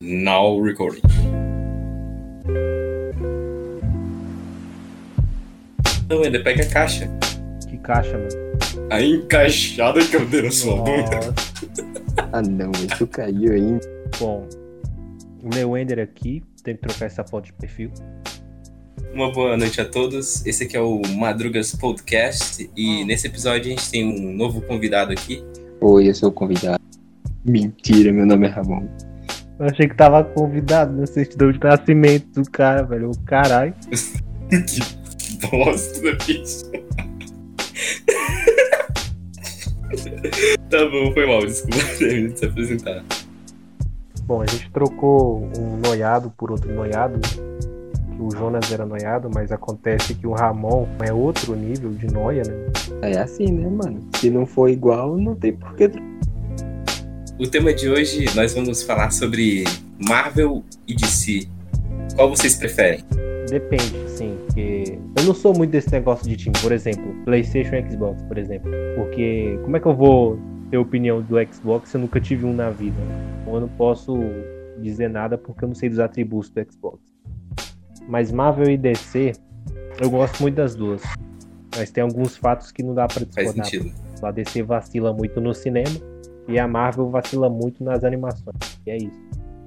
Now recording. Não, ainda pega a caixa. Que caixa, mano? A encaixada que eu dei na sua bunda. Ah não, isso caiu aí. Bom, o meu Ender aqui, tem que trocar essa foto de perfil. Uma boa noite a todos. Esse aqui é o Madrugas Podcast e nesse episódio a gente tem um novo convidado aqui. Oi, eu sou o convidado. Mentira, meu nome é Ramon. Eu achei que tava convidado na certidão de nascimento do cara, velho. O caralho. Que bosta, bicho. Tá bom, foi mal, desculpa, termina de se apresentar. Bom, a gente trocou um noiado por outro noiado, que o Jonas era noiado, mas acontece que o Ramon é outro nível de noia, né? É assim, né, mano? Se não for igual, não tem porquê. O tema de hoje nós vamos falar sobre Marvel e DC. Qual vocês preferem? Depende, sim, porque eu não sou muito desse negócio de time. Por exemplo, PlayStation e Xbox, por exemplo. Porque como é que eu vou ter opinião do Xbox se eu nunca tive um na vida? Então eu não posso dizer nada porque eu não sei dos atributos do Xbox. Mas Marvel e DC, eu gosto muito das duas. Mas tem alguns fatos que não dá pra discordar. Faz sentido. A DC vacila muito no cinema e a Marvel vacila muito nas animações. E é isso.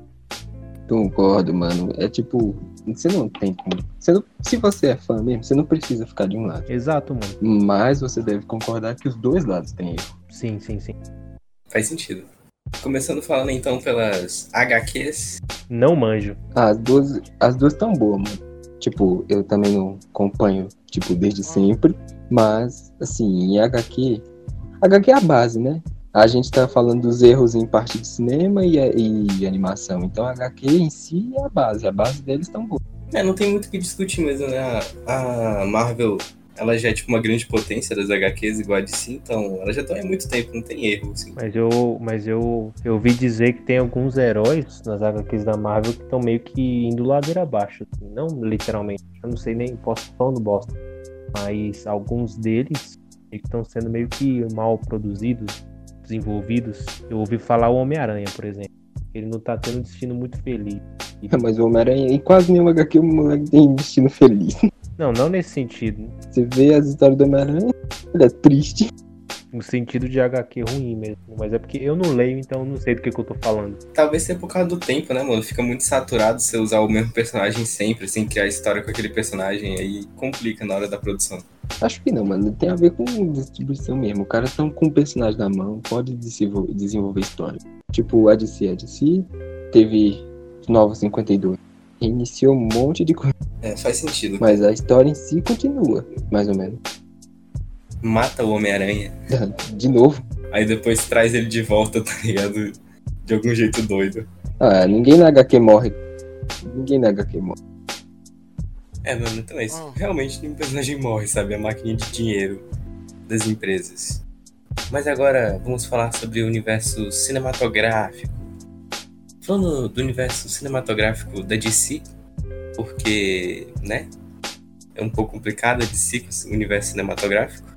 Concordo, mano. É tipo, você não tem como. Se você é fã mesmo, você não precisa ficar de um lado. Exato, mano. Mas você deve concordar que os dois lados têm erro. Sim, sim, sim. Faz sentido. Começando falando então pelas HQs. Não manjo. As duas tão boas, mano. Tipo, eu também não acompanho, tipo, desde sempre. Mas, assim, em HQ é a base, né? A gente tá falando dos erros em parte de cinema e animação. Então a HQ em si é a base deles tão boa. Não tem muito o que discutir mesmo, né? A Marvel, ela já é tipo uma grande potência das HQs igual a DC, então ela já tá há muito tempo, não tem erro, assim. Mas eu ouvi dizer que tem alguns heróis nas HQs da Marvel que estão meio que indo ladeira abaixo, assim, não literalmente. Eu não sei nem, posso estar falando bosta. Mas alguns deles estão sendo meio que mal produzidos, desenvolvidos. Eu ouvi falar o Homem-Aranha, por exemplo. Ele não tá tendo um destino muito feliz. Mas o Homem-Aranha, em quase nenhuma HQ, o moleque tem destino feliz. Não nesse sentido. Você vê as histórias do Homem-Aranha, ele é triste. No sentido de HQ ruim mesmo. Mas é porque eu não leio, então eu não sei do que eu tô falando. Talvez seja por causa do tempo, né, mano? Fica muito saturado você usar o mesmo personagem sempre, sem criar história com aquele personagem, aí complica na hora da produção. Acho que não, mano. Tem a ver com distribuição mesmo. O cara tá com o personagem na mão, pode desenvolver história. Tipo, a DC teve Nova 52. Iniciou um monte de coisa. Faz sentido. Mas a história em si continua, mais ou menos. Mata o Homem-Aranha, De novo. aí depois traz ele de volta, tá ligado? De algum jeito doido. Ah, ninguém na HQ morre. Mano, então é isso. Realmente nenhum personagem morre, sabe? A máquina de dinheiro das empresas. Mas agora vamos falar sobre o universo cinematográfico. Falando do universo cinematográfico da DC, porque, né? É um pouco complicado a DC com o universo cinematográfico.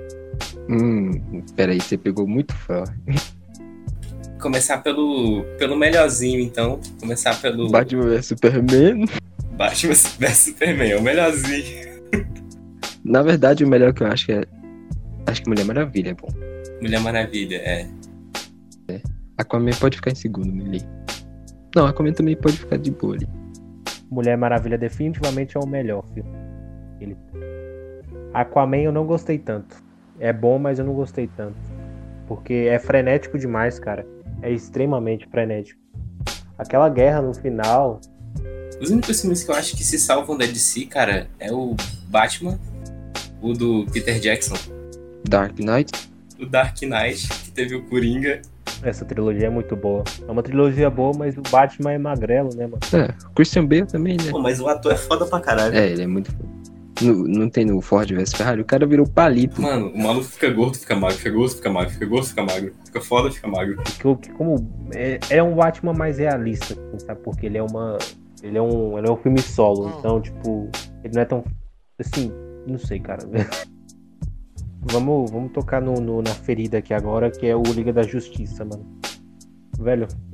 Peraí, você pegou muito forte. Começar pelo melhorzinho, então. Começar pelo Batman vs Superman. Batman vs Superman, é o melhorzinho. Na verdade, o melhor que eu acho que acho que Mulher Maravilha é bom. Mulher Maravilha, Aquaman pode ficar em segundo, Millie. Não, Aquaman também pode ficar de boa ali. Mulher Maravilha definitivamente é o melhor filme. Aquaman eu não gostei tanto. É bom, mas eu não gostei tanto. Porque é frenético demais, cara. É extremamente frenético. Aquela guerra no final... Os únicos filmes que eu acho que se salvam da DC, cara, é o Batman, o do Peter Jackson, Dark Knight. o Dark Knight, que teve o Coringa. Essa trilogia é muito boa. É uma trilogia boa, mas o Batman é magrelo, né, mano? O Christian Bale também, né? Pô, mas o ator é foda pra caralho. Ele é muito foda. Não tem no Ford vs Ferrari, o cara virou palito. Mano, o maluco fica gordo, fica magro, fica gordo, fica magro, fica gordo, fica magro, fica foda, fica magro. Porque como é um Batman mais realista, sabe? Porque ele é um filme solo, então, tipo, ele não é tão, assim, não sei, cara. Vamos tocar na ferida aqui agora, que é o Liga da Justiça, mano. Velho,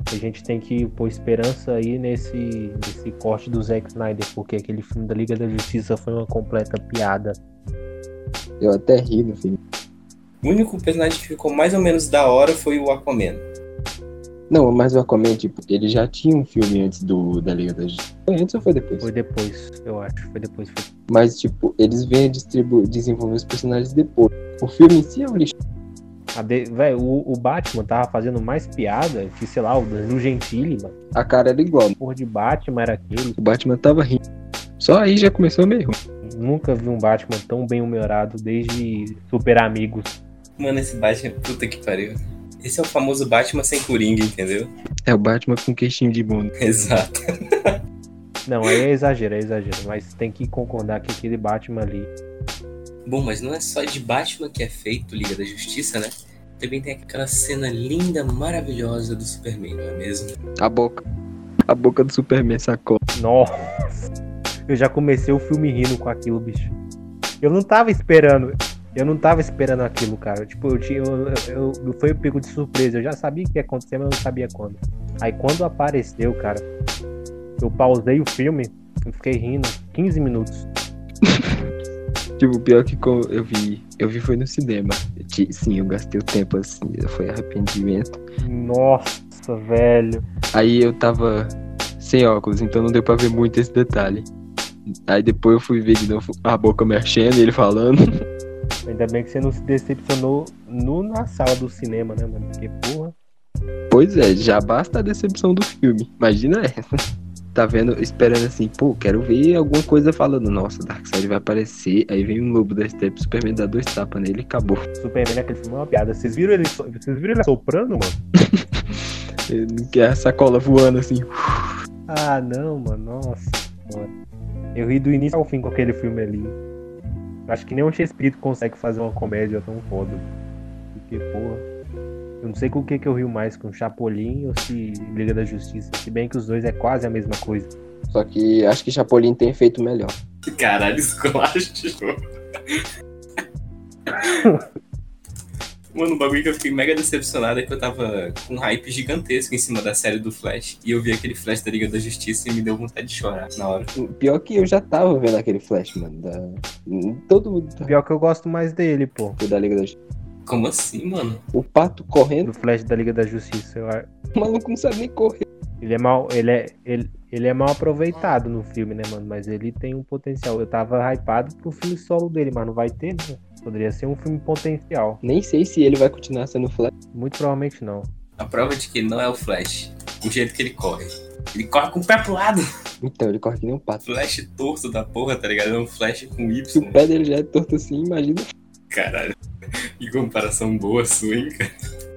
A gente tem que pôr esperança aí nesse corte do Zack Snyder, porque aquele filme da Liga da Justiça foi uma completa piada. Eu até ri no filme. O único personagem que ficou mais ou menos da hora foi o Aquaman. Não, mas o Aquaman, tipo, ele já tinha um filme antes da Liga da Justiça. Foi antes ou foi depois? Foi depois, eu acho. Foi depois. Mas, tipo, eles vêm desenvolver os personagens depois. O filme em si é um lixo. Véio, o Batman tava fazendo mais piada que, sei lá, o Danilo Gentili, mano. A cara era igual. Porra de Batman era aquele. O Batman tava rindo. Só aí já começou meio ruim. Nunca vi um Batman tão bem humorado desde Super Amigos. Mano, esse Batman, puta que pariu. Esse é o famoso Batman sem coringa, entendeu? É o Batman com queixinho de bunda. Exato. Não, aí é exagero. Mas tem que concordar que aquele Batman ali... Bom, mas não é só de Batman que é feito Liga da Justiça, né? Também tem aquela cena linda, maravilhosa do Superman, não é mesmo? A boca do Superman sacou. Nossa! Eu já comecei o filme rindo com aquilo, bicho. Eu não tava esperando aquilo, cara. Tipo, eu foi pego de surpresa. Eu já sabia que ia acontecer, mas eu não sabia quando. Aí quando apareceu, cara, eu pausei o filme e fiquei rindo 15 minutos. Tipo, o pior que eu vi foi no cinema. Sim, eu gastei o tempo assim, foi arrependimento. Nossa, velho. Aí eu tava sem óculos, então não deu pra ver muito esse detalhe. Aí depois eu fui ver de novo a boca mexendo e ele falando. Ainda bem que você não se decepcionou na sala do cinema, né, mano? Porque, porra. Pois é, já basta a decepção do filme. Imagina essa. Tá vendo, esperando assim, pô, quero ver alguma coisa falando, nossa, Darkseid vai aparecer, aí vem um lobo da Steppe, Superman dá 2 tapas nele e acabou. Superman naquele filme é uma piada. Vocês viram ele soprando, mano? Que é a sacola voando assim. Ah, não, mano, nossa. Mano. Eu ri do início ao fim com aquele filme ali. Acho que nem o Chespirito consegue fazer uma comédia tão foda. Porque, porra, eu não sei com o que eu rio mais, com Chapolin ou se Liga da Justiça. Se bem que os dois é quase a mesma coisa. Só que acho que Chapolin tem feito melhor. Caralho, esculacho. Mano, o bagulho que eu fiquei mega decepcionado é que eu tava com um hype gigantesco em cima da série do Flash. E eu vi aquele Flash da Liga da Justiça e me deu vontade de chorar na hora. Pior que eu já tava vendo aquele Flash, mano. Todo mundo. Pior que eu gosto mais dele, pô. Da Liga da Justiça. Como assim, mano? O Pato correndo. Do Flash da Liga da Justiça. O maluco não sabe nem correr. Ele é mal aproveitado no filme, né, mano? Mas ele tem um potencial. Eu tava hypado pro filme solo dele, mas não vai ter, né? Poderia ser um filme potencial. Nem sei se ele vai continuar sendo Flash. Muito provavelmente não. A prova de que ele não é o Flash. O jeito que ele corre. Ele corre com o pé pro lado. Então, ele corre que nem um pato. Flash torto da porra, tá ligado? É um Flash com Y. Se o pé dele já é torto assim, imagina. Caralho. Que comparação boa sua, hein, cara?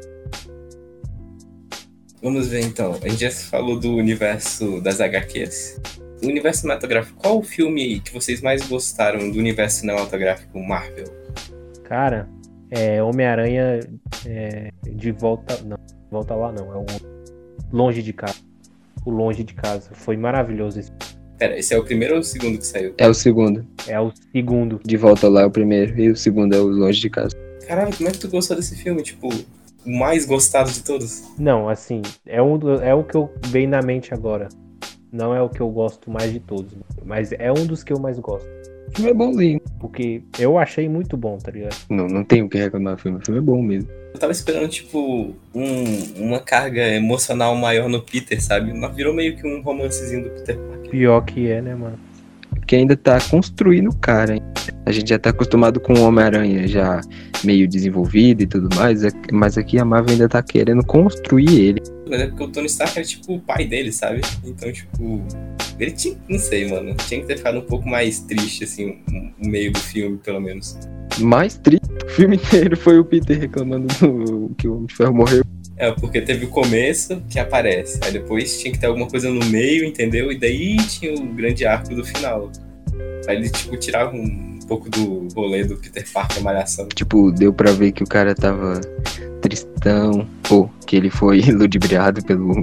Vamos ver então. A gente já falou do universo das HQs. O universo cinematográfico. Qual o filme que vocês mais gostaram do universo cinematográfico Marvel? Cara, Homem-Aranha de volta... Não, volta lá não. É o Longe de Casa. O Longe de Casa. Foi maravilhoso esse. Pera, esse é o primeiro ou o segundo que saiu? É o segundo. É o segundo. De volta lá é o primeiro. E o segundo é o Longe de Casa. Caralho, como é que tu gostou desse filme? Tipo, o mais gostado de todos? Não, assim, é o que eu veio na mente agora. Não é o que eu gosto mais de todos. Mas é um dos que eu mais gosto. O filme é bonzinho. Porque eu achei muito bom, tá ligado? Não tem o que reclamar do filme. O filme é bom mesmo. Eu tava esperando, tipo, uma carga emocional maior no Peter, sabe? Mas virou meio que um romancezinho do Peter Parker. Pior que é, né, mano? Que ainda tá construindo o cara, hein? A gente já tá acostumado com o Homem-Aranha já meio desenvolvido e tudo mais, mas aqui a Marvel ainda tá querendo construir ele. Mas é porque o Tony Stark é tipo o pai dele, sabe? Então, tipo, ele tinha, não sei, mano, tinha que ter ficado um pouco mais triste, assim, no meio do filme, pelo menos. Mais triste o filme inteiro foi o Peter reclamando que o Homem de Ferro morreu. É, porque teve o começo que aparece, aí depois tinha que ter alguma coisa no meio, entendeu? E daí tinha o grande arco do final. Aí ele, tipo, tirava um pouco do rolê do Peter Parker Malhação. Tipo, deu pra ver que o cara tava tristão, que ele foi ludibriado pelo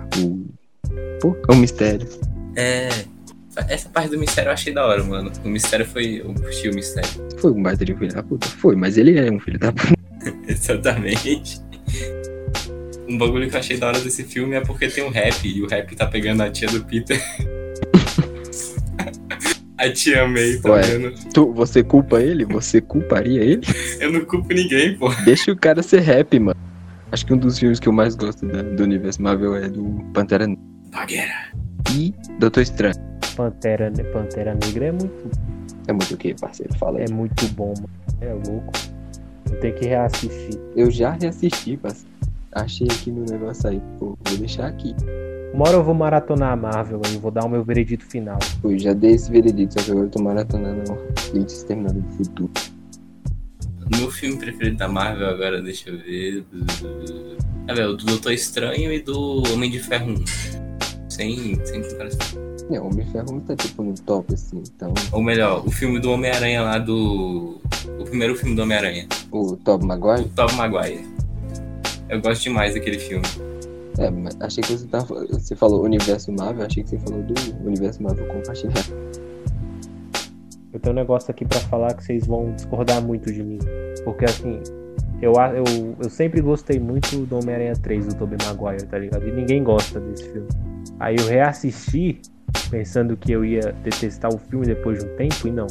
o mistério. Essa parte do mistério eu achei da hora, mano. O mistério eu curti o mistério. Foi um baita de um filho da puta? Foi, mas ele é um filho da puta. Exatamente. Um bagulho que eu achei da hora desse filme é porque tem um rap, e o rap tá pegando a tia do Peter. A tia May, tá vendo? Você culpa ele? Você culparia ele? Eu não culpo ninguém, pô. Deixa o cara ser rap, mano. Acho que um dos filmes que eu mais gosto do universo Marvel é do Pantera Negra. Bagueira. E Doutor Estranho. Pantera Negra é muito... É muito o que, parceiro? Fala aí. É muito bom, mano. É louco. Tem que reassistir. Eu já reassisti, parceiro. Achei aqui no negócio aí. Pô, vou deixar aqui. Uma hora eu vou maratonar a Marvel e vou dar o meu veredito final. Pô, já dei esse veredito, só que agora eu tô maratonando Clint Exterminador do Futuro. Meu filme preferido da Marvel agora, deixa eu ver. O do Doutor Estranho e do Homem de Ferro 1. Sem comparação. O Homem de Ferro tá tipo no top, assim, então... Ou melhor, o filme do Homem-Aranha lá do... O primeiro filme do Homem-Aranha. O Tobey Maguire? O Tobey Maguire. Eu gosto demais daquele filme. Mas achei que você falou Universo Marvel, achei que você falou do Universo Marvel compartilhado. Eu tenho um negócio aqui pra falar que vocês vão discordar muito de mim. Porque assim, eu sempre gostei muito do Homem-Aranha 3, do Tobey Maguire, tá ligado? E ninguém gosta desse filme. Aí eu reassisti, pensando que eu ia detestar o filme depois de um tempo, e não.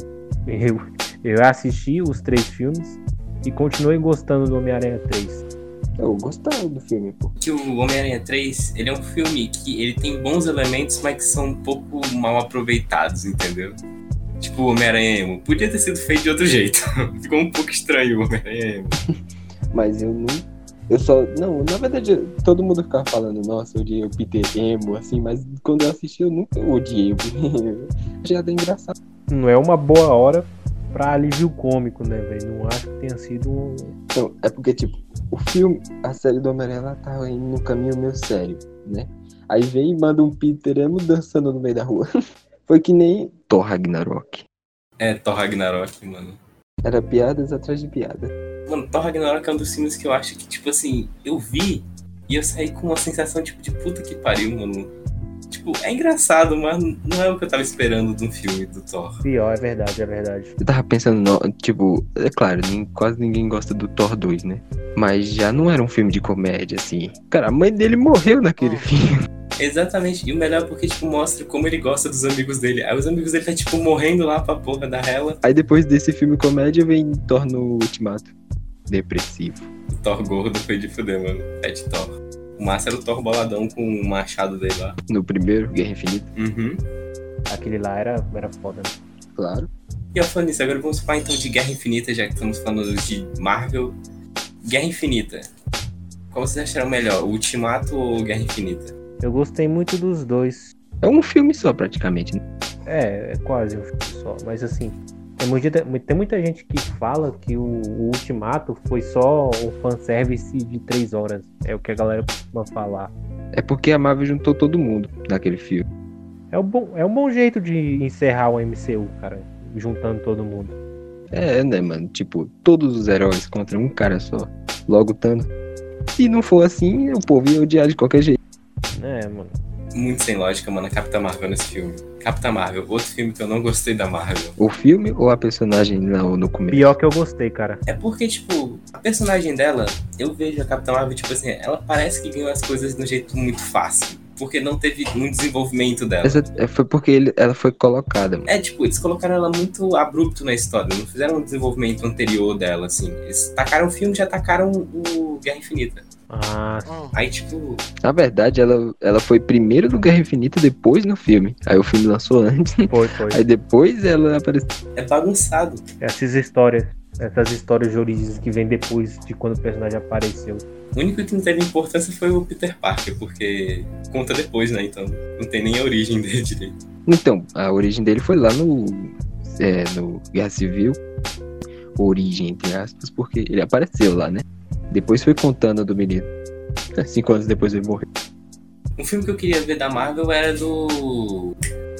Eu assisti os 3 filmes e continuei gostando do Homem-Aranha 3. Eu gostava do filme, pô. Que o Homem-Aranha 3, ele é um filme que ele tem bons elementos, mas que são um pouco mal aproveitados, entendeu? Tipo o Homem-Aranha Emo. Podia ter sido feito de outro jeito. Ficou um pouco estranho o Homem-Aranha Emo. Mas não, na verdade, todo mundo ficava falando, nossa, eu odiei o Peter Emo, assim, mas quando eu assisti eu nunca odiei o Peter. Já é engraçado. Não é uma boa hora pra alívio cômico, né, velho? Não acho que tenha sido um... Não, é porque, tipo, o filme, a série do Homem-Aranha, ela tava indo no caminho meio sério, né? Aí vem e manda um Peter Emo dançando no meio da rua. Foi que nem Thor Ragnarok. Thor Ragnarok, mano. Era piadas atrás de piada. Mano, Thor Ragnarok é um dos filmes que eu acho que, tipo assim, eu vi e eu saí com uma sensação, tipo, de puta que pariu, mano. Tipo, é engraçado, mas não é o que eu tava esperando de um filme do Thor. Pior, é verdade. Eu tava pensando, tipo, é claro, quase ninguém gosta do Thor 2, né? Mas já não era um filme de comédia, assim. Cara, a mãe dele morreu naquele filme. Exatamente, e o melhor é porque, tipo, mostra como ele gosta dos amigos dele. Aí os amigos dele tá, tipo, morrendo lá pra porra da Hela. Aí depois desse filme comédia vem Thor no Ultimato. Depressivo. O Thor gordo foi de fuder, mano. Pet Thor. O massa era o Thor boladão com o machado dele lá. No primeiro, Guerra Infinita. Uhum. Aquele lá era foda, né? Claro. E eu falando nisso, agora vamos falar então de Guerra Infinita, já que estamos falando de Marvel. Guerra Infinita. Qual vocês acharam melhor, o Ultimato ou Guerra Infinita? Eu gostei muito dos dois. É um filme só, praticamente, né? É quase um filme só. Mas assim, tem muita gente que fala que o Ultimato foi só um fanservice de 3 horas. É o que a galera costuma falar. É porque a Marvel juntou todo mundo naquele filme. É um bom jeito de encerrar o MCU, cara. Juntando todo mundo. Né, mano? Tipo, todos os heróis contra um cara só. Logo Thanos. Se não for assim, o povo ia odiar de qualquer jeito. Mano. Muito sem lógica, mano, a Capitã Marvel nesse filme. Capitã Marvel, outro filme que eu não gostei da Marvel. O filme ou a personagem no começo? Pior que eu gostei, cara. É porque, tipo, a personagem dela, eu vejo a Capitã Marvel, tipo assim, ela parece que ganhou as coisas de um jeito muito fácil. Porque não teve muito desenvolvimento dela. Foi porque ela foi colocada, mano. Tipo, eles colocaram ela muito abrupto na história. Não fizeram um desenvolvimento anterior dela, assim. Eles tacaram o filme e já tacaram o Guerra Infinita. Aí, tipo... Na verdade, ela foi primeiro no Guerra Infinita, depois no filme. Aí o filme lançou antes. Foi. Aí depois ela apareceu. É bagunçado. Essas histórias de origens que vem depois de quando o personagem apareceu. O único que não teve importância foi o Peter Parker, porque conta depois, né? Então não tem nem a origem dele direito. Então, a origem dele foi lá no Guerra Civil. Origem, entre aspas, porque ele apareceu lá, né? Depois foi contando do menino. 5 anos depois ele morreu. Um filme que eu queria ver da Marvel era do...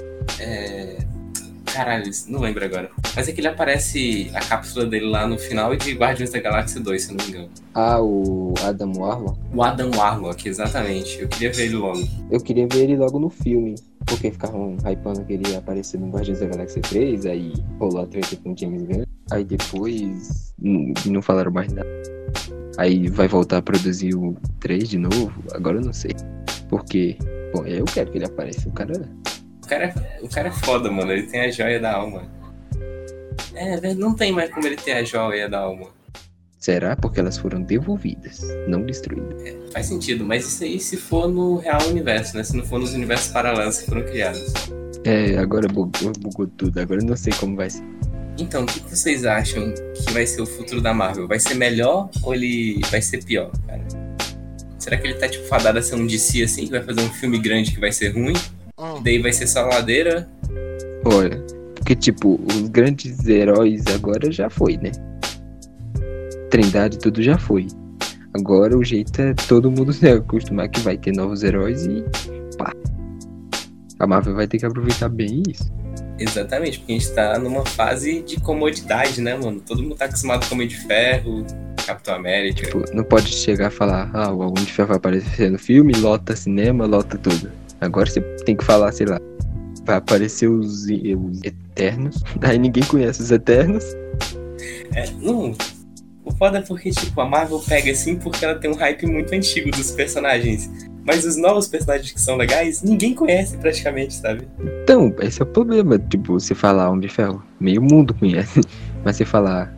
Caralho, não lembro agora. Mas é que ele aparece a cápsula dele lá no final de Guardiões da Galáxia 2, se eu não me engano. O Adam Warlock? O Adam Warlock, exatamente. Eu queria ver ele logo. Eu queria ver ele logo no filme. Porque ficavam hypando que ele ia aparecer no Guardiões da Galáxia 3, aí rolou a treta com o James Gunn. Aí depois não falaram mais nada. Aí vai voltar a produzir o 3 de novo? Agora eu não sei. Porque, bom, eu quero que ele apareça. O cara é foda, mano. Ele tem a joia da alma. Não tem mais como ele ter a joia da alma. Será? Porque elas foram devolvidas, não destruídas. Faz sentido, mas isso aí se for no real universo, né? Se não for nos universos paralelos que foram criados. Agora bugou tudo. Agora eu não sei como vai ser. Então, o que vocês acham que vai ser o futuro da Marvel? Vai ser melhor ou ele vai ser pior, cara? Será que ele tá, tipo, fadado a ser um DC, assim, que vai fazer um filme grande que vai ser ruim? E daí vai ser só ladeira? Olha, porque, tipo, os grandes heróis agora já foi, né? Trindade, tudo já foi. Agora o jeito é todo mundo se acostumar que vai ter novos heróis e pá. A Marvel vai ter que aproveitar bem isso. Exatamente, porque a gente tá numa fase de comodidade, né, mano? Todo mundo tá acostumado com Homem de Ferro, Capitão América. Tipo, não pode chegar a falar, o Homem de Ferro vai aparecer no filme, lota cinema, lota tudo. Agora você tem que falar, sei lá, vai aparecer os Eternos, aí ninguém conhece os Eternos. Não. O foda é porque, tipo, a Marvel pega assim porque ela tem um hype muito antigo dos personagens. Mas os novos personagens que são legais, ninguém conhece praticamente, sabe? Então, esse é o problema. Tipo, você falar Homem de Ferro, meio mundo conhece. Mas você falar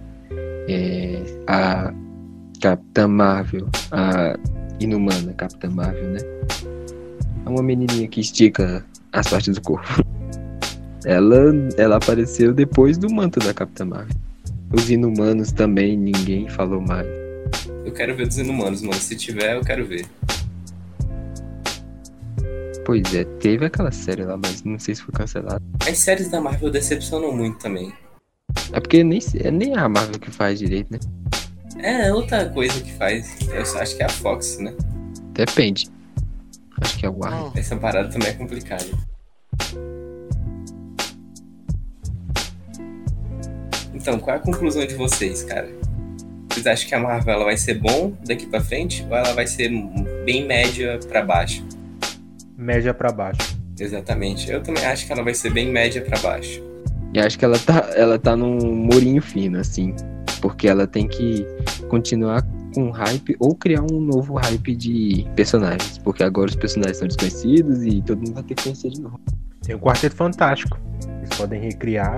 a Capitã Marvel, a Inumana Capitã Marvel, né? É uma menininha que estica as partes do corpo. Ela apareceu depois do manto da Capitã Marvel. Os Inumanos também, ninguém falou mais. Eu quero ver dos Inumanos, mano. Se tiver, eu quero ver. Pois é, teve aquela série lá, mas não sei se foi cancelada. As séries da Marvel decepcionam muito também. É porque nem a Marvel que faz direito, né? É outra coisa que faz. Eu só acho que é a Fox, né? Depende. Acho que é o Warner. Essa parada também é complicada. Então, qual é a conclusão de vocês, cara? Vocês acham que a Marvel ela vai ser bom daqui pra frente? Ou ela vai ser bem média pra baixo? Média pra baixo. Exatamente. Eu também acho que ela vai ser bem média pra baixo. E acho que ela tá num murinho fino, assim. Porque ela tem que continuar com hype ou criar um novo hype de personagens. Porque agora os personagens são desconhecidos e todo mundo vai ter que conhecer de novo. Tem o Quarteto Fantástico. Eles podem recriar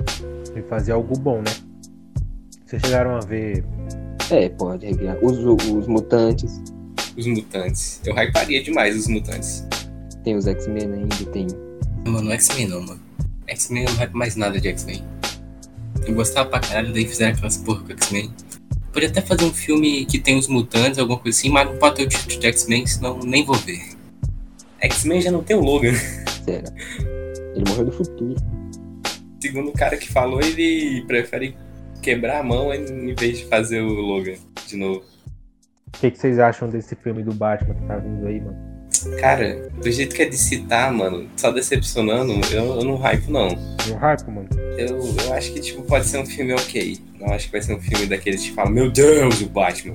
e fazer algo bom, né? Vocês chegaram a ver... Pode recriar. Os Mutantes. Os Mutantes. Eu hyparia demais os Mutantes. Tem os X-Men ainda, tem... Mano, não é X-Men não, mano. X-Men eu não hype mais nada de X-Men. Eu gostava pra caralho, daí fizeram aquelas porra com X-Men. Podia até fazer um filme que tem os Mutantes, alguma coisa assim, mas não pode ter o título de X-Men, senão nem vou ver. X-Men já não tem o Logan. Será? Ele morreu do futuro. Segundo o cara que falou, ele prefere quebrar a mão em vez de fazer o Logan de novo. O que vocês acham desse filme do Batman que tá vindo aí, mano? Cara, do jeito que é de citar, mano, só decepcionando, eu não hype, não. Não hype, mano? Eu acho que, tipo, pode ser um filme ok. Não acho que vai ser um filme daqueles que falam, meu Deus, o Batman.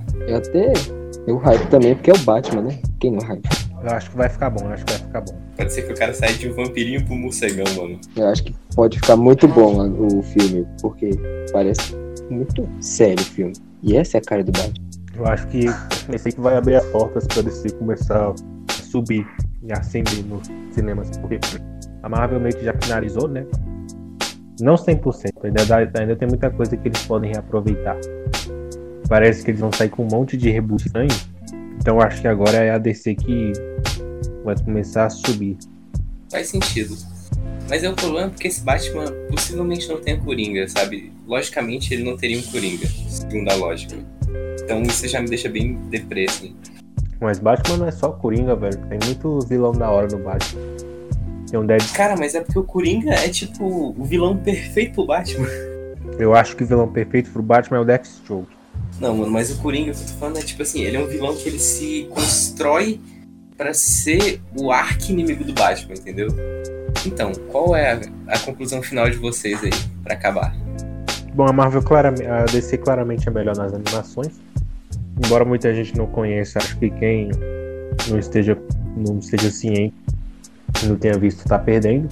Eu hype também, porque é o Batman, né? Quem não hype? Eu acho que vai ficar bom, Pode ser que o cara saia de um vampirinho pro morcegão, mano. Eu acho que pode ficar muito bom o filme, porque parece muito sério o filme. E essa é a cara do Batman. Eu acho que esse aí que vai abrir as portas pra DC começar a subir e ascender nos cinemas, porque a Marvel meio que já finalizou, né? Não 100%, ainda tem muita coisa que eles podem reaproveitar. Parece que eles vão sair com um monte de reboot estranho, então acho que agora é a DC que vai começar a subir. Faz sentido. Mas é o problema porque esse Batman possivelmente não tem a Coringa, sabe? Logicamente ele não teria um Coringa, segundo a lógica. Então isso já me deixa bem deprê, assim. Mas Batman não é só Coringa, velho. Tem muito vilão da hora no Batman. Tem um Dead... Cara, mas é porque o Coringa é tipo o vilão perfeito pro Batman. Eu acho que o vilão perfeito pro Batman é o Deathstroke. Não, mano, mas o Coringa que eu tô falando é tipo assim, ele é um vilão que ele se constrói pra ser o arqui-inimigo do Batman, entendeu? Então, qual é a conclusão final de vocês aí, pra acabar? Bom, a DC claramente é melhor nas animações. Embora muita gente não conheça, acho que quem não esteja ciente, não tenha visto, tá perdendo.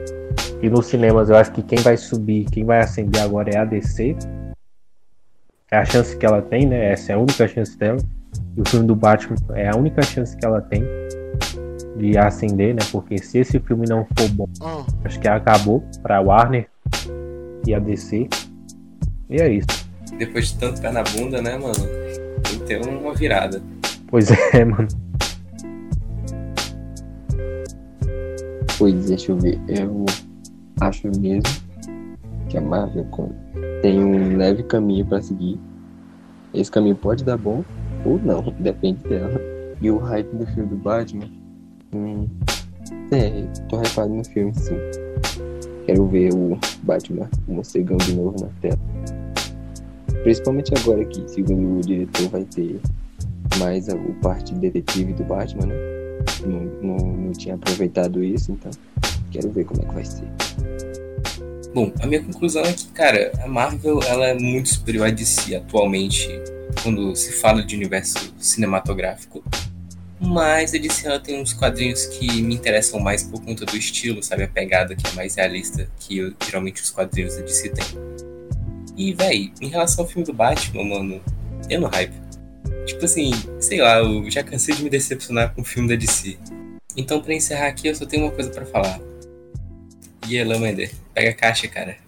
E nos cinemas eu acho que quem vai subir, quem vai ascender agora é a DC. é a chance que ela tem, né? Essa é a única chance dela. E o filme do Batman é a única chance que ela tem de ascender, né? Porque se esse filme não for bom, acho que acabou pra Warner e a DC. E é isso. Depois de tanto pé na bunda, né, mano? Tem que ter uma virada. Pois é, mano. Pois, deixa eu ver. Eu acho mesmo que a Marvel tem um leve caminho pra seguir. Esse caminho pode dar bom ou não, depende dela. E o hype do filme do Batman, tô hypado no filme, sim. Quero ver o Batman, o morcegão de novo na tela. Principalmente agora que, segundo o diretor, vai ter mais o parte detetive do Batman, né? Não tinha aproveitado isso, então quero ver como é que vai ser. Bom, a minha conclusão é que, cara, a Marvel ela é muito superior a DC atualmente quando se fala de universo cinematográfico. Mas a DC ela tem uns quadrinhos que me interessam mais por conta do estilo, sabe? A pegada que é mais realista que geralmente os quadrinhos da DC tem. E, véi, em relação ao filme do Batman, mano, eu não hype. Tipo assim, sei lá, eu já cansei de me decepcionar com o filme da DC. Então, pra encerrar aqui, eu só tenho uma coisa pra falar. Yelan Mender, pega a caixa, cara.